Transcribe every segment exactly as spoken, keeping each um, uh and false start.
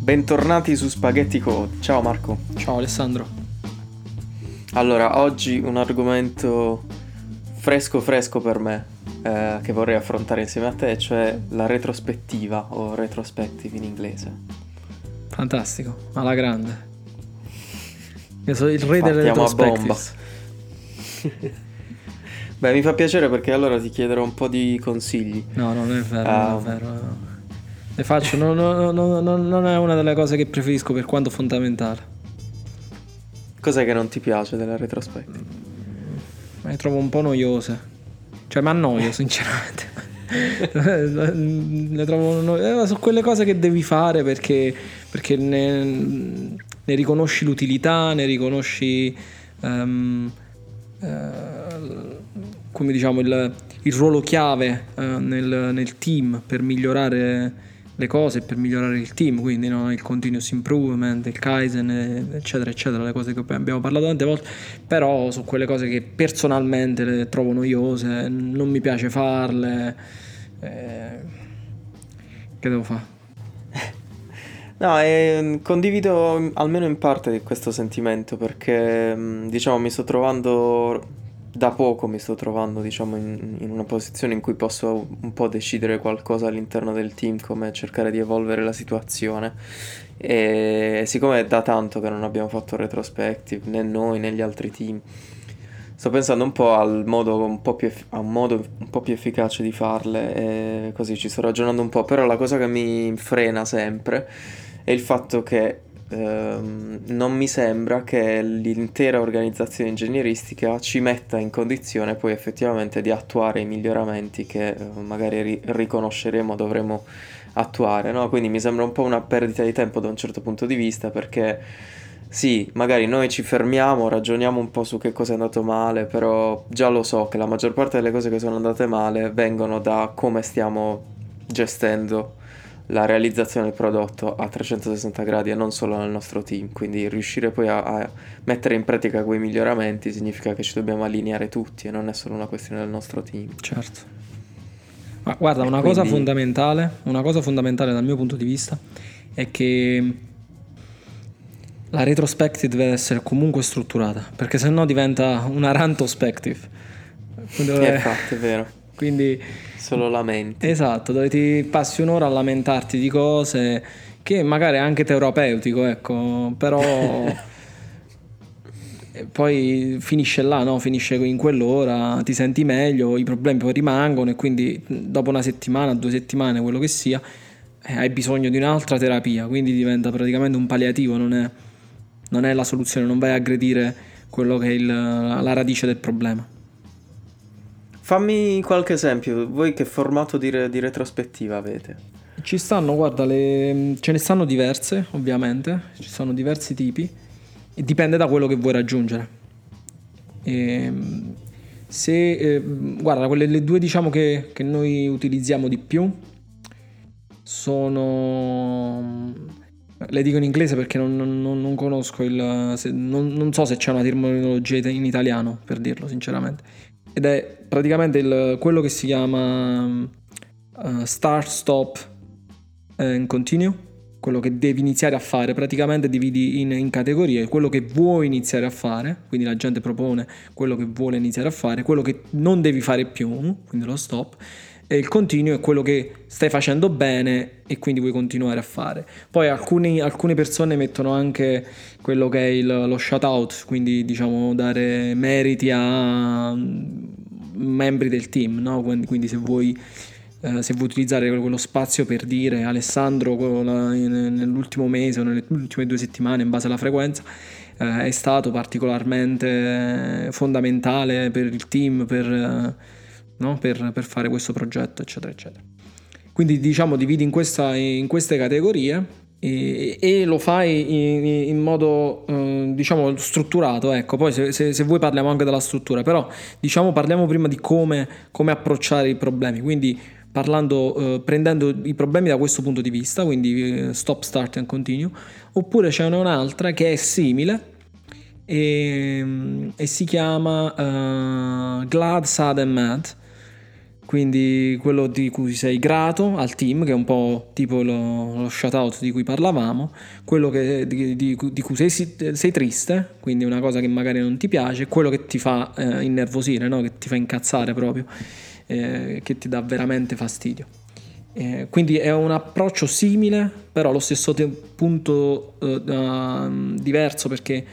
Bentornati su Spaghetti Code. Ciao Marco. Ciao Alessandro. Allora, oggi un argomento fresco fresco per me, eh, che vorrei affrontare insieme a te, cioè la retrospettiva o retrospective in inglese. Fantastico, alla grande. Io sono il re delle Partiamo a bomba. retrospectives. Beh, mi fa piacere perché allora ti chiederò un po' di consigli. No, non è vero, Ah. non è vero. Le faccio, no, no, no, no, non è una delle cose che preferisco per quanto fondamentale. Cos'è che non ti piace della retrospective? Ma le trovo un po' noiose. Cioè, mi annoio, sinceramente. Le trovo no... Sono quelle cose che devi fare perché, perché ne, ne riconosci l'utilità, ne riconosci um, uh, come diciamo il, il ruolo chiave uh, nel, nel team per migliorare le cose, per migliorare il team, quindi no, il continuous improvement, il Kaizen, eccetera eccetera, le cose che abbiamo parlato tante volte. Però su quelle cose che personalmente le trovo noiose, non mi piace farle, eh, che devo fare? No, eh, condivido almeno in parte di questo sentimento perché mh, diciamo mi sto trovando da poco mi sto trovando diciamo in, in una posizione in cui posso un po' decidere qualcosa all'interno del team, come cercare di evolvere la situazione. E siccome è da tanto che non abbiamo fatto retrospective né noi né gli altri team, sto pensando un po' al modo un po' più eff- a un modo un po' più efficace di farle, e così ci sto ragionando un po'. Però la cosa che mi frena sempre è il fatto che ehm, non mi sembra che l'intera organizzazione ingegneristica ci metta in condizione poi effettivamente di attuare i miglioramenti che eh, magari ri- riconosceremo dovremo attuare, no? Quindi mi sembra un po' una perdita di tempo da un certo punto di vista, perché sì, magari noi ci fermiamo, ragioniamo un po' su che cosa è andato male, però già lo so che la maggior parte delle cose che sono andate male vengono da come stiamo gestendo la realizzazione del prodotto a trecentosessanta gradi e non solo nel nostro team. Quindi riuscire poi a, a mettere in pratica quei miglioramenti significa che ci dobbiamo allineare tutti e non è solo una questione del nostro team. Certo. Ma guarda, E una quindi... cosa fondamentale, una cosa fondamentale dal mio punto di vista è che la retrospective deve essere comunque strutturata, perché sennò diventa una rantospective. Dove... Eh, infatti, è vero. Quindi solo lamenti. Esatto, dove ti passi un'ora a lamentarti di cose che magari è anche terapeutico, ecco, però poi finisce là, no? Finisce in quell'ora, ti senti meglio, i problemi poi rimangono e quindi dopo una settimana, due settimane, quello che sia, eh, hai bisogno di un'altra terapia, quindi diventa praticamente un palliativo, non è, non è la soluzione, non vai a aggredire quello che è il, la radice del problema. Fammi qualche esempio, voi che formato di, re- di retrospettiva avete? Ci stanno, guarda, le... ce ne stanno diverse, ovviamente, ci sono diversi tipi e dipende da quello che vuoi raggiungere. E, se, eh, guarda, quelle le due diciamo che, che noi utilizziamo di più sono... Le dico in inglese perché non, non, non conosco il... Se, non, non so se c'è una terminologia in italiano per dirlo, sinceramente. Ed è praticamente il, quello che si chiama uh, start, stop and continue, quello che devi iniziare a fare. Praticamente dividi in, in categorie quello che vuoi iniziare a fare, quindi la gente propone quello che vuole iniziare a fare, quello che non devi fare più, quindi lo stop, e il continuo è quello che stai facendo bene e quindi vuoi continuare a fare. Poi alcuni, alcune persone mettono anche quello che è il, lo shout out, quindi diciamo dare meriti a membri del team, no? Quindi, quindi se vuoi eh, se vuoi utilizzare quello spazio per dire Alessandro nell'ultimo mese o nelle ultime due settimane in base alla frequenza eh, è stato particolarmente fondamentale per il team, per, eh, no? per, per fare questo progetto, eccetera eccetera. Quindi diciamo dividi in, questa, in queste categorie e, e lo fai in, in modo eh, diciamo strutturato, ecco. Poi se, se, se vuoi parliamo anche della struttura, però diciamo parliamo prima di come, come approcciare i problemi, quindi parlando eh, prendendo i problemi da questo punto di vista, quindi eh, stop, start and continue. Oppure c'è un'altra che è simile e, e si chiama uh, Glad, Sad and Mad. quindi quello di cui sei grato al team, che è un po' tipo lo, lo shout-out di cui parlavamo, quello che, di, di, di cui sei, sei triste, quindi una cosa che magari non ti piace, quello che ti fa eh, innervosire, no? Che ti fa incazzare proprio, eh, che ti dà veramente fastidio. Eh, quindi è un approccio simile, però allo stesso te- punto eh, uh, diverso, perché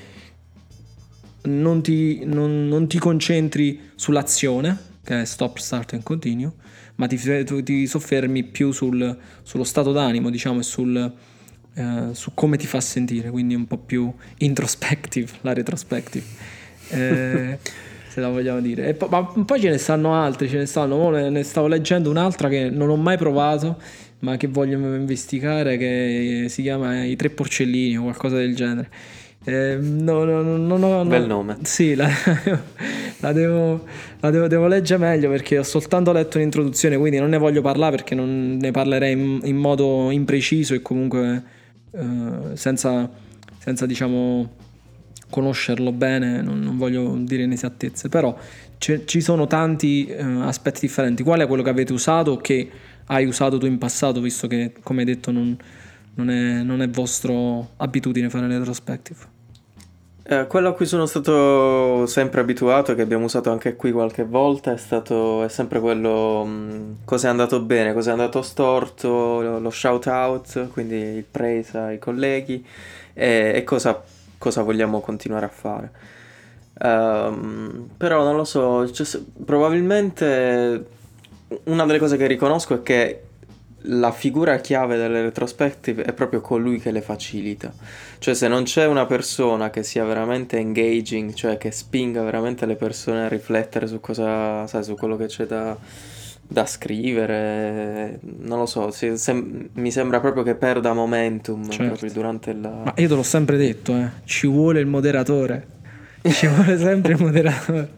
non ti, non, non ti concentri sull'azione, che è stop, start and continue, ma ti, ti soffermi più sul, sullo stato d'animo, diciamo, e sul, eh, su come ti fa sentire, quindi un po' più introspective, la retrospective, eh, se la vogliamo dire. E po- ma poi ce ne stanno altri, ce ne stanno, mo ne, ne stavo leggendo un'altra che non ho mai provato, ma che voglio investigare, che si chiama I Tre Porcellini o qualcosa del genere. Eh, no, no, no, no, no, Bel nome. Sì, la, la, devo, la devo, devo leggere meglio, perché ho soltanto letto un'introduzione, quindi non ne voglio parlare, perché non ne parlerei in, in modo impreciso e comunque eh, senza, senza diciamo conoscerlo bene, non, non voglio dire inesattezze, però ci sono tanti eh, aspetti differenti. Qual è quello che avete usato o che hai usato tu in passato, visto che, come hai detto, non, non, è, non è vostro abitudine fare le retrospective? Eh, quello a cui sono stato sempre abituato, che abbiamo usato anche qui qualche volta, è stato è sempre quello mh, cosa è andato bene, cosa è andato storto, lo, lo shout out, quindi il praise ai colleghi e, e cosa, cosa vogliamo continuare a fare. Ehm, però non lo so, cioè, se- probabilmente una delle cose che riconosco è che la figura chiave delle retrospective è proprio colui che le facilita. Cioè, se non c'è una persona che sia veramente engaging, cioè che spinga veramente le persone a riflettere su cosa, sai, su quello che c'è da, da scrivere, non lo so, se- se- mi sembra proprio che perda momentum Certo. proprio durante la... Ma io te l'ho sempre detto, eh, ci vuole il moderatore, ci vuole sempre il moderatore.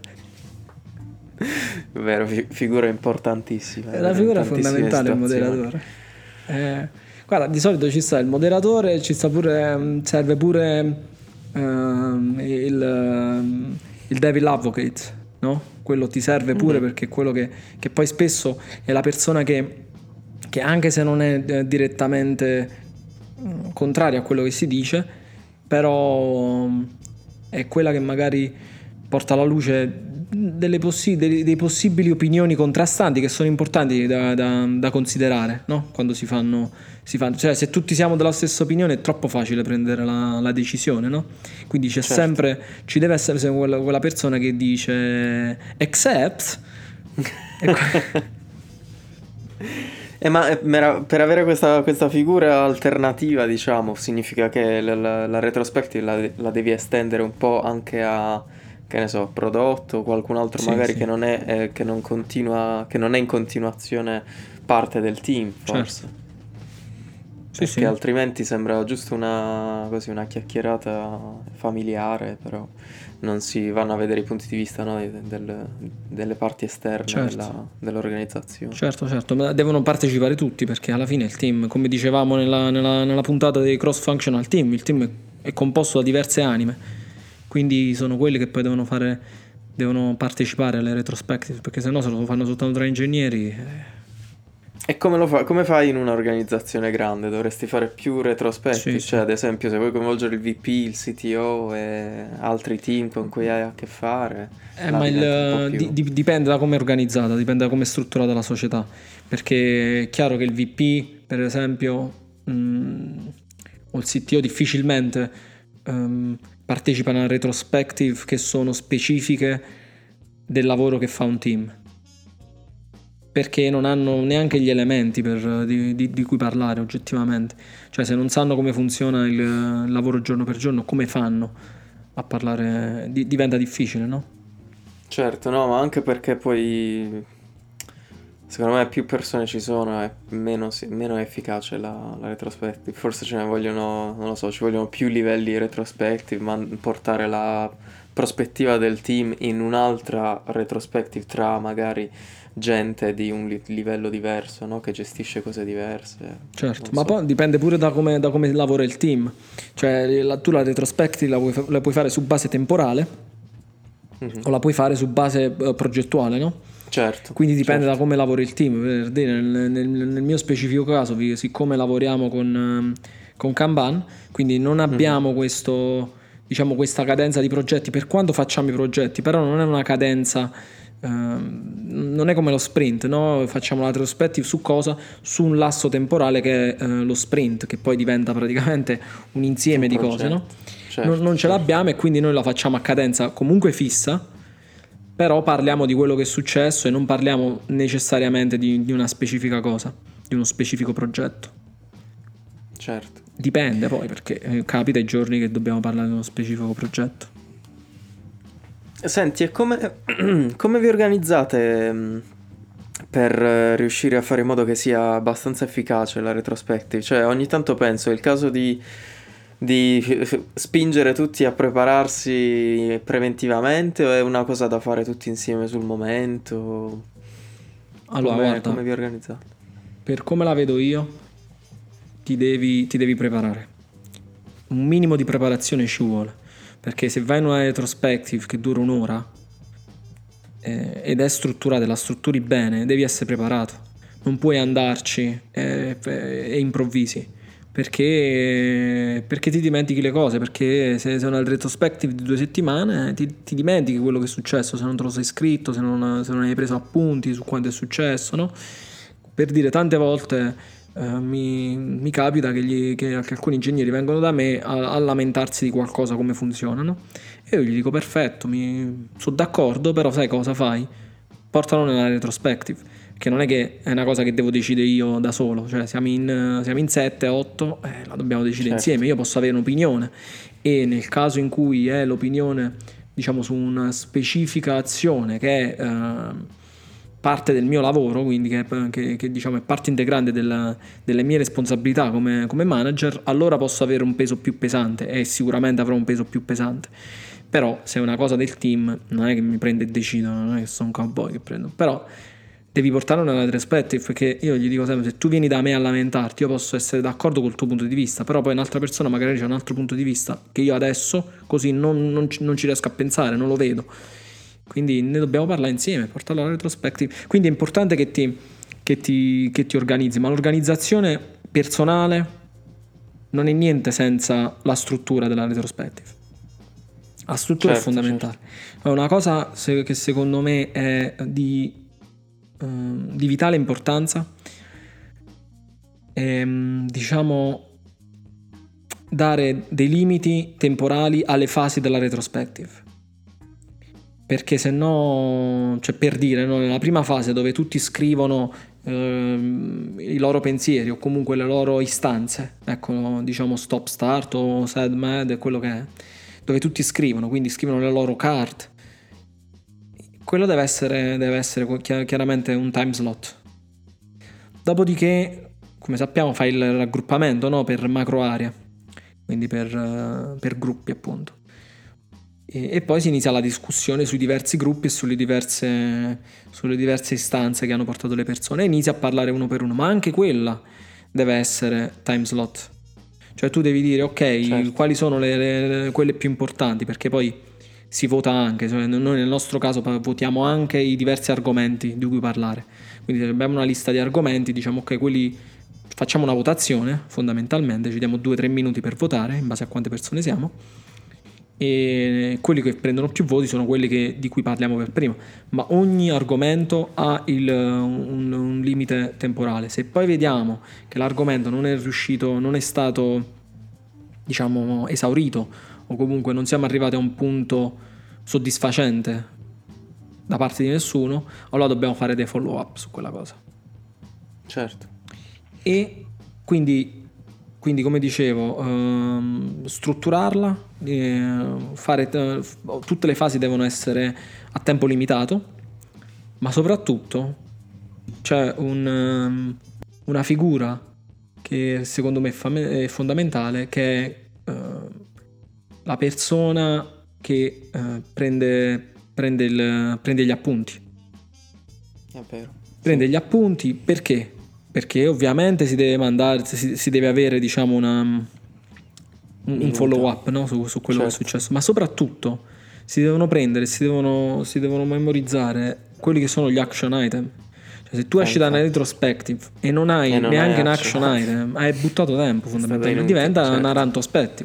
Vero, fi- figura importantissima. È la figura in tantissime fondamentale il situazioni. moderatore. Eh, guarda, di solito ci sta il moderatore, ci sta pure, mm, serve pure ehm, il, ehm, il devil advocate, no? Quello ti serve pure Mhm. perché è quello che, che poi spesso è la persona che, che anche se non è eh, direttamente mm, contraria a quello che si dice, però mm, è quella che magari porta alla luce delle possi- dei, dei possibili opinioni contrastanti, che sono importanti da, da- da considerare, no? Quando si fanno, si fanno, cioè se tutti siamo della stessa opinione è troppo facile prendere la, la decisione, no? Quindi c'è Certo. sempre, ci deve essere sempre quella, quella persona che dice except e que- Eh, ma eh, mera- per avere questa, questa figura alternativa, diciamo, significa che la, la- la retrospective la, la devi estendere un po' anche a, che ne so, prodotto o qualcun altro Sì, magari sì. che non è, eh, che non continua, che non è in continuazione parte del team, forse. Certo. Sì, Perché sì. altrimenti sembra giusto una, così, una chiacchierata familiare, però non si vanno a vedere i punti di vista, no, del- delle parti esterne Certo. della- dell'organizzazione. Certo, certo, ma devono partecipare tutti, perché alla fine il team, come dicevamo nella, nella- nella puntata dei cross-functional team, il team è, è composto da diverse anime, quindi sono quelli che poi devono fare, devono partecipare alle retrospective, perché sennò se lo fanno soltanto tre ingegneri. eh, E come lo fa, come fai in un'organizzazione grande? Dovresti fare più retrospettive, Sì, cioè sì. ad esempio se vuoi coinvolgere il V P, il C T O e altri team con cui hai a che fare, Eh, là ma il, diventa un po' di- più... di- dipende da come è organizzata, dipende da come è strutturata la società, perché è chiaro che il V P, per esempio, mh, o il C T O difficilmente ehm, partecipano a retrospective che sono specifiche del lavoro che fa un team, perché non hanno neanche gli elementi per- di, di- di cui parlare oggettivamente. Cioè, se non sanno come funziona il, il lavoro giorno per giorno, come fanno a parlare? Di- diventa difficile, no? Certo, no, ma anche perché poi secondo me più persone ci sono e meno, si- meno è efficace la, la retrospective. Forse ce ne vogliono, non lo so, ci vogliono più livelli retrospective, ma portare la prospettiva del team in un'altra retrospective tra magari gente di un li- livello diverso, no? Che gestisce cose diverse. Certo, Non ma so. poi dipende pure da come, da come lavora il team. Cioè, la- tu la retrospective la puoi, la puoi fare su base temporale Mhm. o la puoi fare su base eh, progettuale, no? Certo, Quindi dipende certo. da come lavora il team. Per dire, nel, nel- nel mio specifico caso, vi- siccome lavoriamo con, ehm, con Kanban, quindi non Mhm. abbiamo questo, diciamo, questa cadenza di progetti per quando facciamo i progetti, però non è una cadenza, ehm, non è come lo sprint, no? Facciamo la retrospective su cosa? Su un lasso temporale che è eh, lo sprint, che poi diventa praticamente un Un insieme di cose, no? progetto. Non, Certo, non ce certo. l'abbiamo e quindi noi la facciamo a cadenza comunque fissa, però parliamo di quello che è successo e non parliamo necessariamente di, di una specifica cosa, di uno specifico progetto. Certo. Dipende poi, perché eh, capita i giorni che dobbiamo parlare di uno specifico progetto. Senti, e come, come vi organizzate mh, per eh, riuscire a fare in modo che sia abbastanza efficace la retrospective? Cioè, ogni tanto penso, è il caso di, di spingere tutti a prepararsi preventivamente o è una cosa da fare tutti insieme sul momento? Allora, Come, guarda, come vi organizzate? per come la vedo io, ti devi, ti devi preparare. Un minimo di preparazione ci vuole, perché se vai in una retrospective che dura un'ora eh, ed è strutturata, e la strutturi bene, devi essere preparato. Non puoi andarci e, e improvvisi, perché, perché ti dimentichi le cose, perché se sei una retrospective di due settimane ti, ti dimentichi quello che è successo, se non te lo sei scritto, se non, se non hai preso appunti su quanto è successo, no? Per dire, tante volte eh, mi, mi capita che, gli- che- che alcuni ingegneri vengono da me a, a lamentarsi di qualcosa, come funziona, no? E io gli dico perfetto, mi, sono d'accordo, però sai cosa fai? Portalo nella retrospective, che non è che è una cosa che devo decidere io da solo, cioè siamo in, siamo in sette, otto, eh, la dobbiamo decidere Certo, insieme, io posso avere un'opinione e nel caso in cui è l'opinione, diciamo, su una specifica azione che è eh, parte del mio lavoro, quindi che, che- che, diciamo è parte integrante della- delle mie responsabilità come, come manager, allora posso avere un peso più pesante e sicuramente avrò un peso più pesante. Però se è una cosa del team, non è che mi prendo e decido, non è che sono un cowboy che prendo, però devi portarlo nella retrospective, perché io gli dico sempre, se tu vieni da me a lamentarti, io posso essere d'accordo col tuo punto di vista, però poi un'altra persona magari c'è un altro punto di vista che io adesso così non, non ci, non ci riesco a pensare, non lo vedo. Quindi ne dobbiamo parlare insieme, portarlo alla retrospective. Quindi è importante che ti, che ti, che ti organizzi, ma l'organizzazione personale non è niente senza la struttura della retrospective. La struttura è certo, fondamentale. certo. È una cosa se- che secondo me è di, ehm, di vitale importanza, è, diciamo, dare dei limiti temporali alle fasi della retrospective. Perché se no, cioè per dire, no, nella prima fase dove tutti scrivono ehm, i loro pensieri o comunque le loro istanze, ecco, diciamo stop start o sad mad, quello che è, dove tutti scrivono, quindi scrivono le loro card, quello deve essere, deve essere chi- chiaramente un time slot. Dopodiché, come sappiamo, fai il raggruppamento, no, per macro area, quindi per, eh, per gruppi appunto. E, e poi si inizia la discussione sui diversi gruppi e sulle diverse, sulle diverse istanze che hanno portato le persone e inizia a parlare uno per uno, ma anche quella deve essere time slot. Cioè tu devi dire ok, Certo. quali sono le, le- le- quelle più importanti, perché poi si vota anche, cioè noi nel nostro caso pa- votiamo anche i diversi argomenti di cui parlare. Quindi se abbiamo una lista di argomenti, diciamo ok, quelli facciamo una votazione fondamentalmente, ci diamo due tre minuti per votare in base a quante persone siamo e quelli che prendono più voti sono quelli che- di cui parliamo per prima, ma ogni argomento ha il- un, un limite temporale. Se poi vediamo che l'argomento non è riuscito, non è stato, diciamo, esaurito o comunque non siamo arrivati a un punto soddisfacente da parte di nessuno, allora dobbiamo fare dei follow up su quella cosa. Certo. E quindi, quindi come dicevo, ehm, strutturarla, eh, fare eh, tutte le fasi devono essere a tempo limitato, ma soprattutto c'è un, ehm, una figura che secondo me è, fame- è fondamentale, che è eh, la persona che eh, prende, prende, il- prende gli appunti. È vero. Prende Sì. gli appunti perché? Perché ovviamente si deve mandare, si, si deve avere, diciamo, una, un, un follow Minuta. up, no? su, su quello che è Certo. successo, ma soprattutto si devono prendere, si devono, si devono memorizzare quelli che sono gli action item. Cioè, se tu Eh, esci da una infatti. retrospective e non hai E non neanche hai un action. action item, hai buttato tempo È stato fondamentalmente, inutile, diventa una certo. rantospective.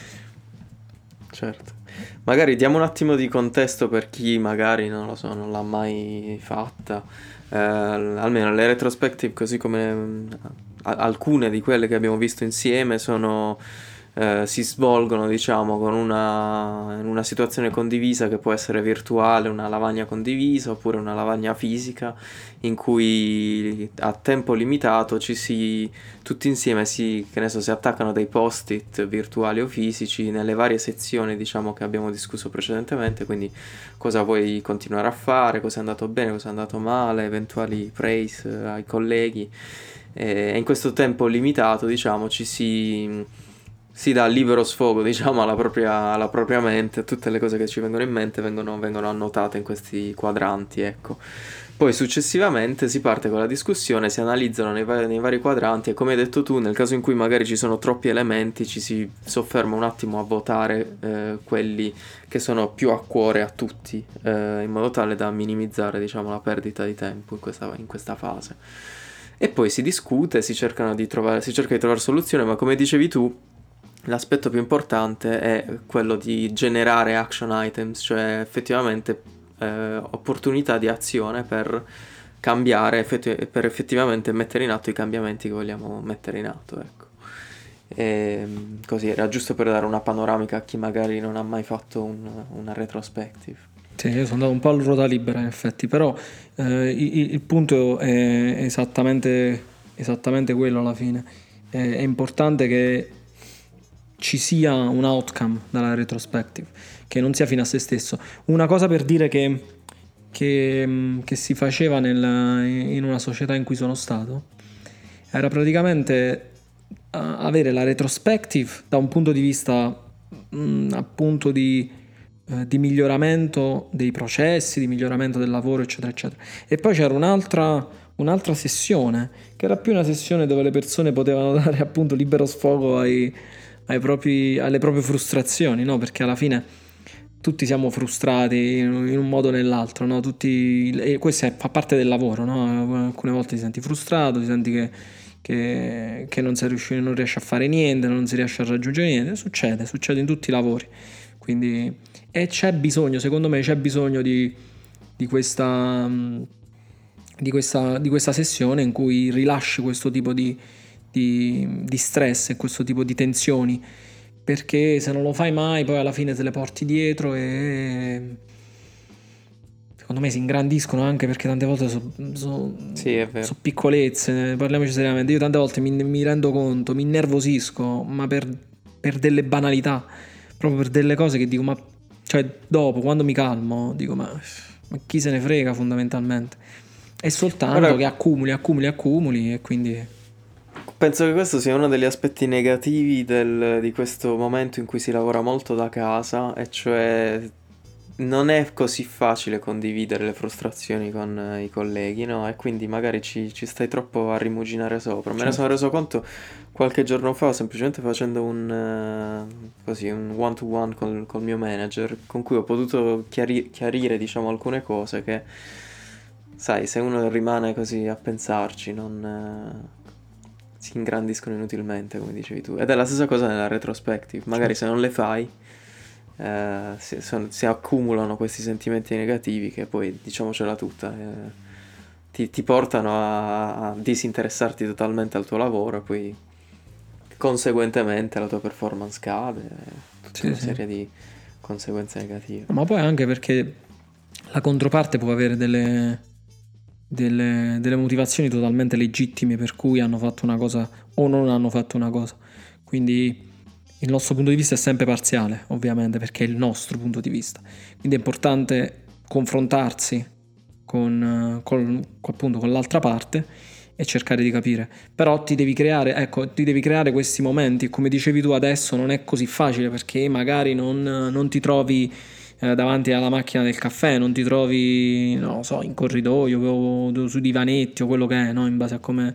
Certo. Magari diamo un attimo di contesto per chi magari non lo so, non l'ha mai fatta. Eh, almeno le retrospective, così come mm, a- alcune di quelle che abbiamo visto insieme, sono, eh, si svolgono, diciamo, con una, in una situazione condivisa che può essere virtuale, una lavagna condivisa, oppure una lavagna fisica, in cui a tempo limitato ci si tutti insieme si, che ne so, si attaccano dei post-it virtuali o fisici nelle varie sezioni, diciamo, che abbiamo discusso precedentemente, quindi cosa vuoi continuare a fare, cosa è andato bene, cosa è andato male, eventuali praise eh, ai colleghi. E in questo tempo limitato, diciamo, ci si, si dà libero sfogo, diciamo, alla propria, alla propria mente, tutte le cose che ci vengono in mente vengono, vengono annotate in questi quadranti, ecco. Poi successivamente si parte con la discussione, si analizzano nei, va- nei vari quadranti e come hai detto tu, nel caso in cui magari ci sono troppi elementi, ci si sofferma un attimo a votare eh, quelli che sono più a cuore a tutti, eh, in modo tale da minimizzare, diciamo, la perdita di tempo in questa, in questa fase. E poi si discute, si cercano di trovare, si cerca di trovare soluzione, ma come dicevi tu, l'aspetto più importante è quello di generare action items, cioè effettivamente eh, opportunità di azione per cambiare, effetti- per effettivamente mettere in atto i cambiamenti che vogliamo mettere in atto, ecco. E, così era giusto per dare una panoramica a chi magari non ha mai fatto un- una retrospective. Sì, io sono andato un po' a ruota libera in effetti, però eh, il, il punto è esattamente, esattamente quello alla fine. È, è importante che ci sia un outcome dalla retrospective, che non sia fine a se stesso. Una cosa per dire che, che, mh, che si faceva nel- in una società in cui sono stato era praticamente eh, avere la retrospective da un punto di vista mh, appunto di, eh, di miglioramento dei processi, di miglioramento del lavoro, eccetera, eccetera. E poi c'era un'altra, un'altra sessione, che era più una sessione dove le persone potevano dare appunto libero sfogo ai, ai propri- alle proprie frustrazioni, no? Perché alla fine tutti siamo frustrati in, in un modo o nell'altro, no? Tutti, e questo è- fa parte del lavoro, no? Alcune volte ti senti frustrato, ti senti che, che, che non sei riuscito, non riesci a fare niente, non si riesce a raggiungere niente. Succede, succede in tutti i lavori. Quindi, e c'è bisogno, secondo me, c'è bisogno di, di questa, mh, di questa, di questa sessione in cui rilasci questo tipo di, di, di stress e questo tipo di tensioni, perché se non lo fai mai, poi alla fine te le porti dietro e secondo me si ingrandiscono anche perché tante volte sono so, Sì, è vero. so piccolezze, parliamoci seriamente. Io tante volte mi, mi rendo conto, mi innervosisco, ma per, per delle banalità, proprio per delle cose che dico, ma cioè dopo, quando mi calmo, dico, ma, ma chi se ne frega fondamentalmente. È soltanto Ora, che accumuli, accumuli, accumuli e quindi... penso che questo sia uno degli aspetti negativi del- di questo momento in cui si lavora molto da casa, e cioè non è così facile condividere le frustrazioni con eh, i colleghi, no? E quindi magari ci, ci stai troppo a rimuginare sopra. Me ne sono Certo. reso conto qualche giorno fa, semplicemente facendo un, eh, così, un one-to-one col, col mio manager, con cui ho potuto chiari- chiarire, diciamo, alcune cose che, sai, se uno rimane così a pensarci, non... eh, si ingrandiscono inutilmente, come dicevi tu. Ed è la stessa cosa nella retrospective. Magari Certo. se non le fai, eh, si, son- si accumulano questi sentimenti negativi che poi, diciamocela tutta, eh, ti, ti portano a, a disinteressarti totalmente al tuo lavoro e poi conseguentemente la tua performance cade, e tutta Sì, una sì. serie di conseguenze negative. Ma poi anche perché la controparte può avere delle, delle, delle motivazioni totalmente legittime per cui hanno fatto una cosa o non hanno fatto una cosa. Quindi il nostro punto di vista è sempre parziale, ovviamente, perché è il nostro punto di vista. Quindi è importante confrontarsi con, con- appunto, con l'altra parte e cercare di capire. Però ti devi creare, ecco, ti devi creare questi momenti. Come dicevi tu adesso, non è così facile perché magari non, non ti trovi eh, davanti alla macchina del caffè, non ti trovi, non lo so, in corridoio o su divanetti o quello che è, no? In base a come,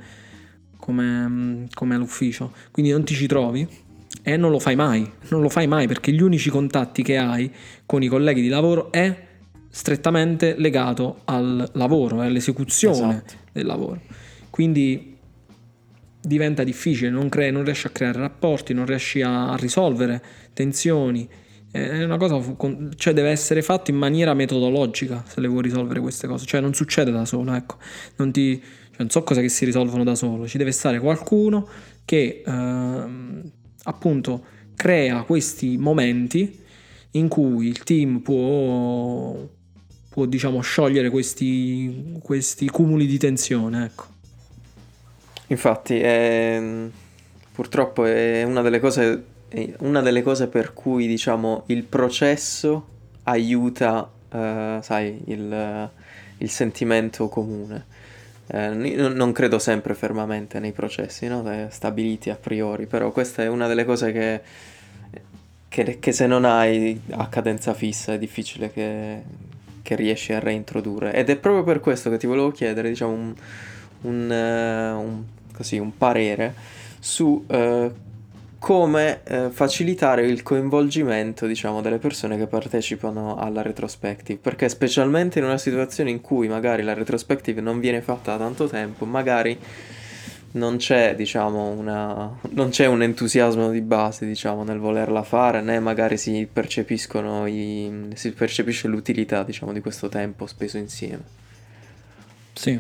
come, come è l'ufficio. Quindi non ti ci trovi e non lo fai mai, non lo fai mai perché gli unici contatti che hai con i colleghi di lavoro è strettamente legato al lavoro e all'esecuzione Esatto. del lavoro. Quindi diventa difficile, non, cre- non riesci a creare rapporti, non riesci a, a risolvere tensioni. È una cosa, fu- con- cioè deve essere fatto in maniera metodologica se le vuoi risolvere queste cose, cioè non succede da solo, ecco. Non ti, cioè, non so cose che si risolvono da solo, ci deve stare qualcuno che ehm, appunto crea questi momenti in cui il team può, può diciamo sciogliere questi, questi cumuli di tensione, ecco. Infatti, è- purtroppo è una delle cose, è una delle cose per cui, diciamo, il processo aiuta, eh, sai, il, il sentimento comune. Eh, io non credo sempre fermamente nei processi, no? Eh, Stabiliti a priori, però questa è una delle cose che, che, che se non hai a cadenza fissa è difficile che, che riesci a reintrodurre. Ed è proprio per questo che ti volevo chiedere, diciamo, un, un, eh, un- così, un parere su eh, come eh, facilitare il coinvolgimento, diciamo, delle persone che partecipano alla retrospective, perché specialmente in una situazione in cui magari la retrospective non viene fatta da tanto tempo, magari non c'è, diciamo, una, non c'è un entusiasmo di base, diciamo, nel volerla fare, né magari si percepiscono i, si percepisce l'utilità, diciamo, di questo tempo speso insieme. Sì.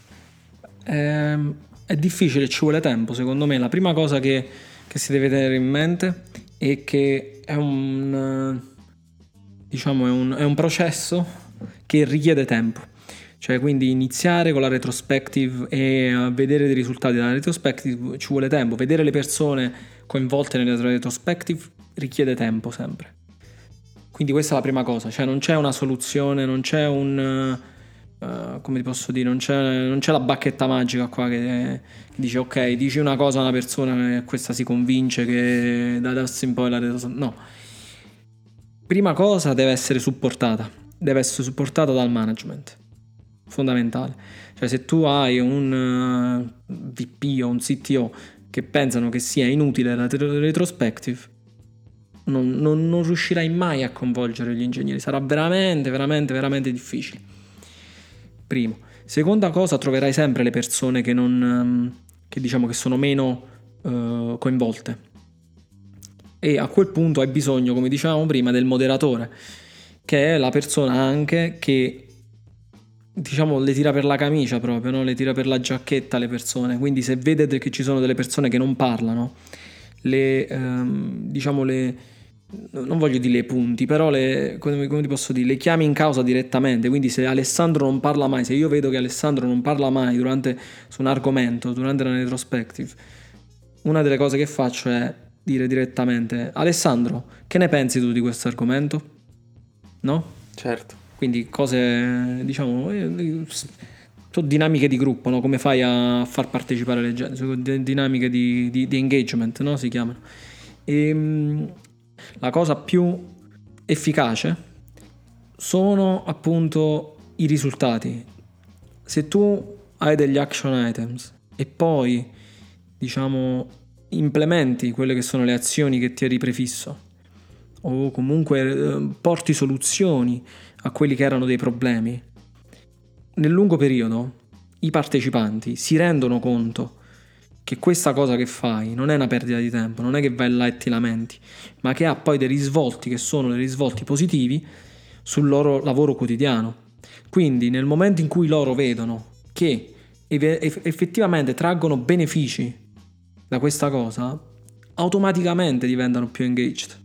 Ehm, è difficile, ci vuole tempo, secondo me. La prima cosa che, che si deve tenere in mente è che è un, eh, diciamo, è un, è un processo che richiede tempo. Cioè, quindi iniziare con la retrospective e eh, vedere dei risultati dalla retrospective ci vuole tempo. Vedere le persone coinvolte nella retrospective richiede tempo sempre. Quindi questa è la prima cosa, cioè non c'è una soluzione, non c'è un... eh, eh, come ti posso dire, non c'è, non c'è la bacchetta magica qua che, che dice ok, dici una cosa a una persona e questa si convince che da adesso in poi la retrospective... No. Prima cosa deve essere supportata, deve essere supportata dal management, fondamentale. Cioè se tu hai un uh, V P o un C T O che pensano che sia inutile la retrospective, non, non, non riuscirai mai a coinvolgere gli ingegneri, sarà veramente, veramente, veramente difficile. Primo. Seconda cosa, troverai sempre le persone che non, um, che diciamo che sono meno uh, coinvolte. E a quel punto hai bisogno, come dicevamo prima, del moderatore, che è la persona anche che, diciamo, le tira per la camicia proprio, no? Le tira per la giacchetta le persone. Quindi se vedete che ci sono delle persone che non parlano, le, ehm, diciamo, le, non voglio dire le punti, però le, come, come ti posso dire, le chiami in causa direttamente. Quindi se Alessandro non parla mai, se io vedo che Alessandro non parla mai durante, su un argomento, durante la retrospective, una delle cose che faccio è dire direttamente: Alessandro, che ne pensi tu di questo argomento? No? Certo. Quindi cose, diciamo, eh, sono dinamiche di gruppo, no? Come fai a far partecipare le gente? Sono di- dinamiche di, di- di engagement, no? Si chiamano. E, mh, la cosa più efficace sono appunto i risultati. Se tu hai degli action items e poi, diciamo, implementi quelle che sono le azioni che ti eri prefisso, o comunque eh, porti soluzioni a quelli che erano dei problemi, nel lungo periodo i partecipanti si rendono conto che questa cosa che fai non è una perdita di tempo, non è che vai là e ti lamenti, ma che ha poi dei risvolti che sono dei risvolti positivi sul loro lavoro quotidiano. Quindi nel momento in cui loro vedono che effettivamente traggono benefici da questa cosa, automaticamente diventano più engaged.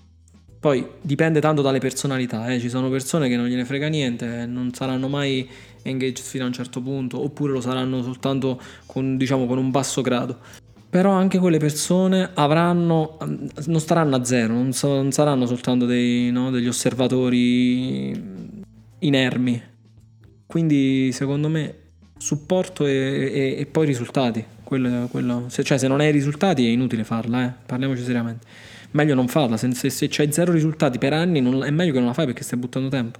Poi dipende tanto dalle personalità, eh. Ci sono persone che non gliene frega niente, non saranno mai engaged fino a un certo punto, oppure lo saranno soltanto con, diciamo, con un basso grado. Però anche quelle persone avranno, non staranno a zero, non, so, non saranno soltanto dei, no, degli osservatori inermi. Quindi secondo me supporto e, e, e poi risultati. Quello, quello, se, cioè se non hai risultati è inutile farla, eh. Parliamoci seriamente. Meglio non farla, se, se, se c'hai zero risultati per anni non, è meglio che non la fai perché stai buttando tempo.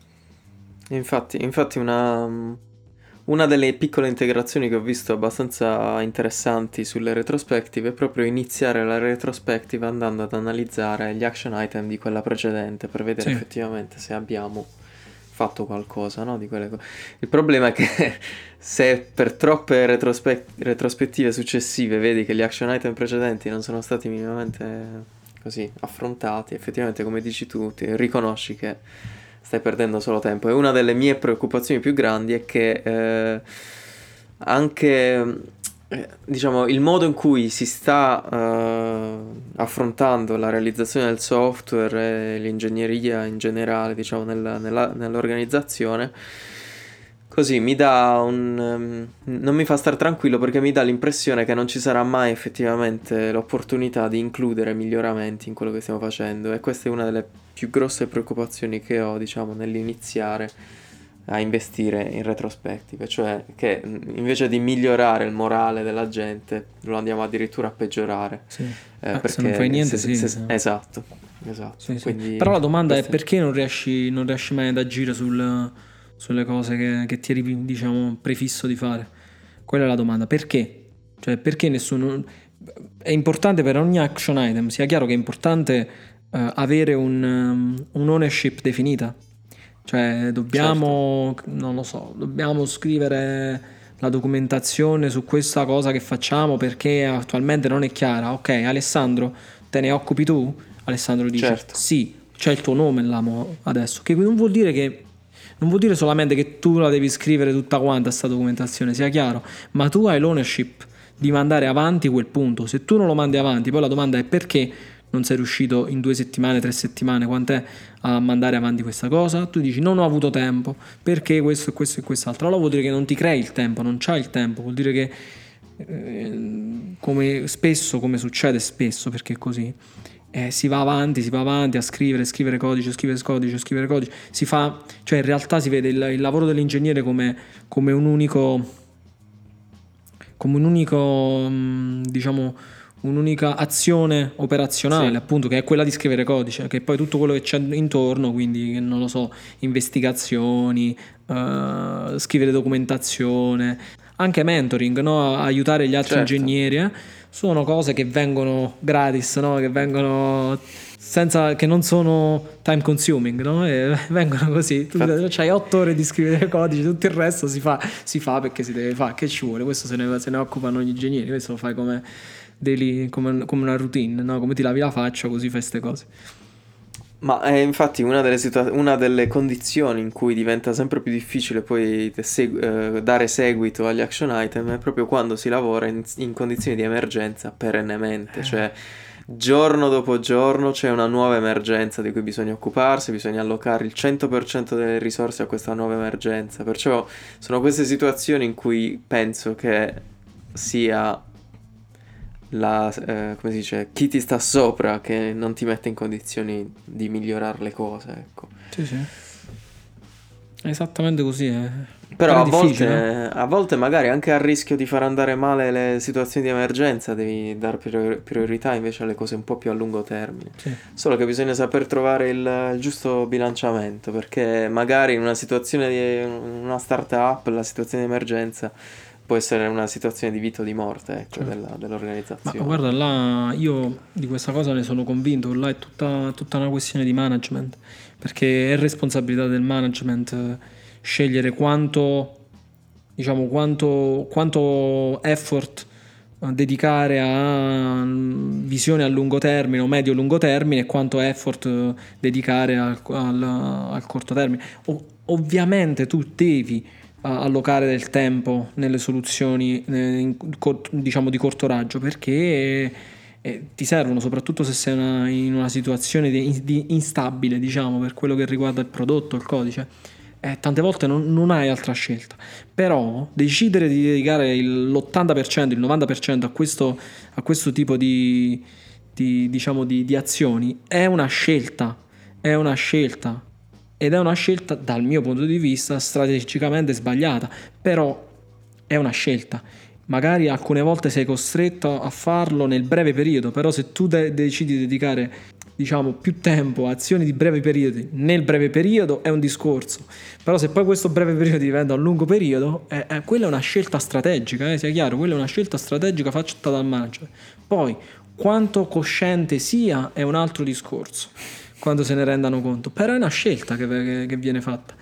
Infatti, infatti una, una delle piccole integrazioni che ho visto abbastanza interessanti sulle retrospective è proprio iniziare la retrospective andando ad analizzare gli action item di quella precedente per vedere Sì, effettivamente se abbiamo fatto qualcosa, no? Di quelle co- Il problema è che se per troppe retrospe- retrospettive successive vedi che gli action item precedenti non sono stati minimamente così affrontati, effettivamente come dici tu, ti riconosci che stai perdendo solo tempo. E una delle mie preoccupazioni più grandi è che eh, anche eh, diciamo il modo in cui si sta eh, affrontando la realizzazione del software e l'ingegneria in generale, diciamo, nella- nella- nell'organizzazione, così mi dà un... ehm, non mi fa star tranquillo perché mi dà l'impressione che non ci sarà mai effettivamente l'opportunità di includere miglioramenti in quello che stiamo facendo, e questa è una delle più grosse preoccupazioni che ho, diciamo, nell'iniziare a investire in retrospettive, cioè che mh, invece di migliorare il morale della gente lo andiamo addirittura a peggiorare, Sì. eh, Eh, se non fai perché niente, se- sì. se- esatto, esatto. Sì, sì. Quindi Però la domanda è queste- perché non riesci, non riesci mai ad agire sul- sulle cose che, che ti eri, diciamo, prefisso di fare? Quella è la domanda. Perché? Cioè, perché nessuno... È importante per ogni action item, sia chiaro che è importante eh, avere un, um, un ownership definita. Cioè, dobbiamo, non lo so, dobbiamo scrivere la documentazione su questa cosa che facciamo perché attualmente non è chiara. Ok, Alessandro, te ne occupi tu? Alessandro dice Certo. sì, c'è il tuo nome là mo adesso, che non vuol dire che non vuol dire solamente che tu la devi scrivere tutta quanta sta documentazione, sia chiaro, ma tu hai l'ownership di mandare avanti quel punto. Se tu non lo mandi avanti, poi la domanda è perché non sei riuscito in due settimane, tre settimane, quant'è, a mandare avanti questa cosa? Tu dici non ho avuto tempo, perché questo e questo e quest'altro. Allora vuol dire che non ti crei il tempo, non c'hai il tempo, vuol dire che eh, come spesso, come succede spesso, perché è così, eh, si va avanti, si va avanti a scrivere, scrivere codice, scrivere codice, scrivere codice, si fa, cioè in realtà si vede il, il lavoro dell'ingegnere come, come un unico, come un unico, mh, diciamo, un'unica azione operazionale, Sì. appunto, che è quella di scrivere codice, che poi tutto quello che c'è intorno, quindi non lo so, investigazioni, eh, scrivere documentazione, anche mentoring, no? Aiutare gli altri Certo. ingegneri, eh? Sono cose che vengono gratis, no? Che vengono senza, che non sono time consuming, no? E vengono così. Tu Infatti- hai otto ore di scrivere codice, tutto il resto si fa, si fa perché si deve fare. Che ci vuole? Questo se ne, se ne occupano gli ingegneri, questo lo fai come, daily, come, come una routine, no? Come ti lavi la faccia, così fai queste cose. Ma è infatti una delle, situa- una delle condizioni in cui diventa sempre più difficile poi te- segu- eh, dare seguito agli action item è proprio quando si lavora in, in condizioni di emergenza perennemente, cioè giorno dopo giorno c'è una nuova emergenza di cui bisogna occuparsi, bisogna allocare il cento per cento delle risorse a questa nuova emergenza, perciò sono queste situazioni in cui penso che sia la, eh, come si dice, chi ti sta sopra che non ti mette in condizioni di migliorare le cose, ecco. Sì, sì. È esattamente così. È... Però Però a è volte, difficile, a volte magari anche a rischio di far andare male le situazioni di emergenza devi dare prior- priorità invece alle cose un po' più a lungo termine. sì. Solo che bisogna saper trovare il, il giusto bilanciamento, perché magari in una situazione di una startup la situazione di emergenza può essere una situazione di vita o di morte, ecco, Certo. della- Ma dell'organizzazione. guarda, là io di questa cosa ne sono convinto, là è tutta, tutta una questione di management, perché è responsabilità del management eh, scegliere quanto, diciamo, quanto, quanto effort eh, dedicare a mm, visione a lungo termine o medio-lungo termine e quanto effort eh, dedicare al, al- al corto termine. O- ovviamente tu devi a- allocare del tempo nelle soluzioni eh, in- co- diciamo di corto raggio perché eh, ti servono soprattutto se sei una- in una situazione di, di instabile, diciamo, per quello che riguarda il prodotto, il codice. Eh, tante volte non, non hai altra scelta, però decidere di dedicare il- l'ottanta per cento, il novanta per cento a questo, a questo tipo di, di, diciamo, di, di azioni è una scelta, è una scelta ed è una scelta dal mio punto di vista strategicamente sbagliata, però è una scelta. Magari alcune volte sei costretto a farlo nel breve periodo, però se tu de- decidi di dedicare, diciamo, più tempo a azioni di breve periodo nel breve periodo è un discorso, però se poi questo breve periodo diventa un lungo periodo, eh, eh, quella è una scelta strategica, eh, sia chiaro, quella è una scelta strategica fatta dal manager. Poi quanto cosciente sia è un altro discorso quando se ne rendano conto, però è una scelta che, che- che viene fatta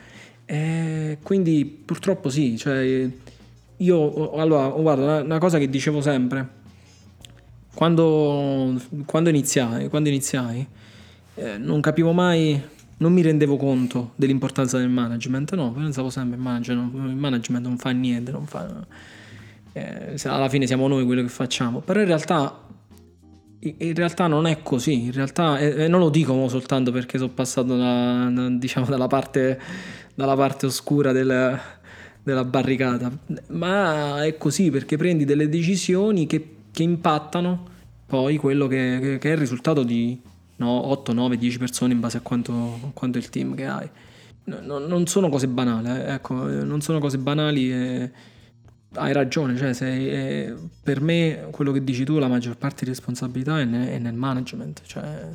E quindi purtroppo sì, cioè io, allora, guarda, una, una cosa che dicevo sempre, quando, quando iniziai, quando iniziai eh, non capivo mai, non mi rendevo conto dell'importanza del management, no, pensavo sempre il management, il management non fa niente, non fa, eh, alla fine siamo noi quello che facciamo, però in realtà in realtà non è così, in realtà e non lo dico soltanto perché sono passato da, da, diciamo dalla parte, dalla parte oscura del, della barricata, ma è così perché prendi delle decisioni che, che impattano poi quello che, che, che è il risultato di no, otto, nove, dieci persone in base a quanto, quanto è il team che hai. No, no, non sono cose banali, eh, ecco, non sono cose banali e hai ragione, cioè sei, eh, per me quello che dici tu, la maggior parte di responsabilità è, ne- è nel management, cioè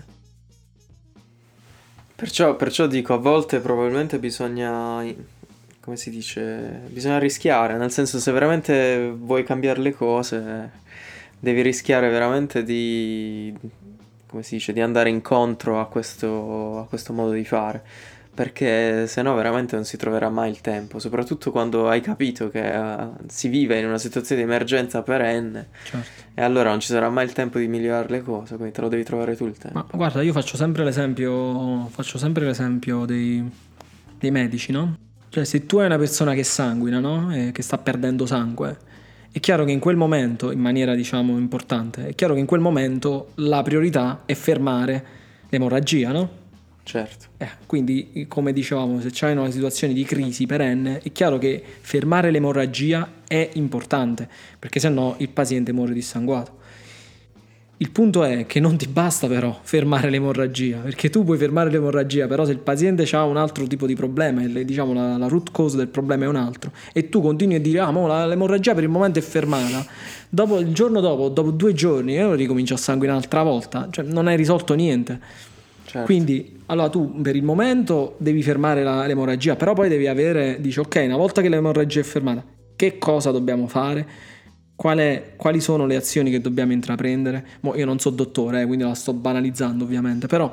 Perciò, perciò dico, a volte probabilmente bisogna, come si dice, bisogna rischiare, nel senso se veramente vuoi cambiare le cose, devi rischiare veramente di, come si dice, di andare incontro a questo, a questo modo di fare, perché se no veramente non si troverà mai il tempo, soprattutto quando hai capito che eh, si vive in una situazione di emergenza perenne certo. e allora non ci sarà mai il tempo di migliorare le cose, quindi te lo devi trovare tu il Ma tempo. guarda, io faccio sempre l'esempio, faccio sempre l'esempio dei, dei medici, no? Cioè se tu hai una persona che sanguina, no? E che sta perdendo sangue, è chiaro che in quel momento, in maniera diciamo importante, è chiaro che in quel momento la priorità è fermare l'emorragia, no? Certo. Eh, quindi, come dicevamo, se c'è una situazione di crisi perenne, è chiaro che fermare l'emorragia è importante, perché sennò il paziente muore dissanguato. Il punto è che non ti basta però fermare l'emorragia, perché tu puoi fermare l'emorragia, però se il paziente ha un altro tipo di problema, e le- diciamo la, la root cause del problema è un altro, e tu continui a dire, ah, mo la- l'emorragia per il momento è fermata, dopo il giorno dopo, dopo due giorni, io ricomincio a sanguinare un'altra volta, cioè non hai risolto niente. Certo. Quindi, allora tu per il momento devi fermare la- l'emorragia, però poi devi avere, dici ok, una volta che l'emorragia è fermata, che cosa dobbiamo fare? Qual è- quali sono le azioni che dobbiamo intraprendere? Mo io non so dottore, eh, quindi la sto banalizzando ovviamente, però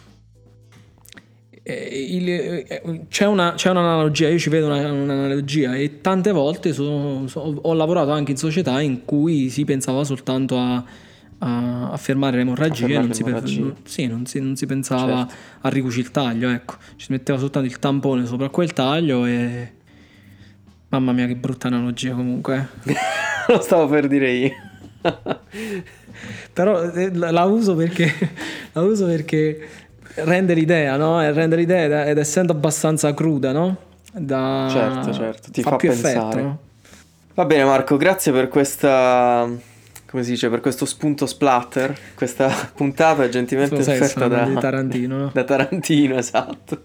eh, il- eh, c'è, una, c'è un'analogia, io ci vedo una- un'analogia e tante volte sono- so- ho lavorato anche in società in cui si pensava soltanto a, a- a fermare le A emorragie, fermare non si, pe- l'emorragia. non- sì, non si- non si pensava Certo. a ricucire il taglio, ecco, ci si metteva soltanto il tampone sopra quel taglio e mamma mia che brutta analogia comunque. eh. Lo stavo per dire io. Però eh, la la uso perché, la uso perché rende l'idea, no? E rende l'idea ed, ed essendo abbastanza cruda, no? Certo, Da... certo, ti fa fa più effetto, pensare. no? Va bene Marco, grazie per questa, come si dice, per questo spunto splatter, questa puntata Questo gentilmente sesso offerta no? Di da, Tarantino, no? da Tarantino, esatto.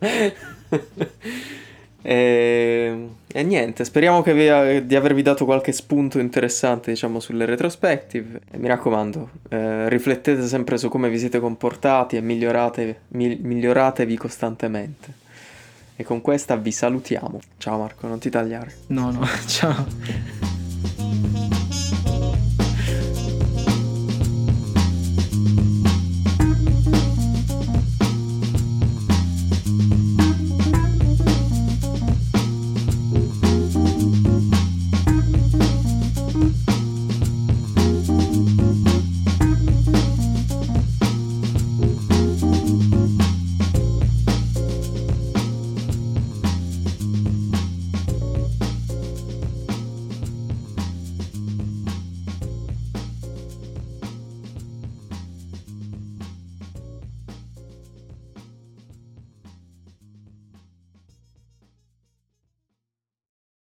E, e niente, speriamo che vi- di avervi dato qualche spunto interessante, diciamo, sulle retrospective. E mi raccomando, eh, riflettete sempre su come vi siete comportati e migliorate, mi- miglioratevi costantemente. E con questa vi salutiamo. Ciao Marco, non ti tagliare. No, no, ciao.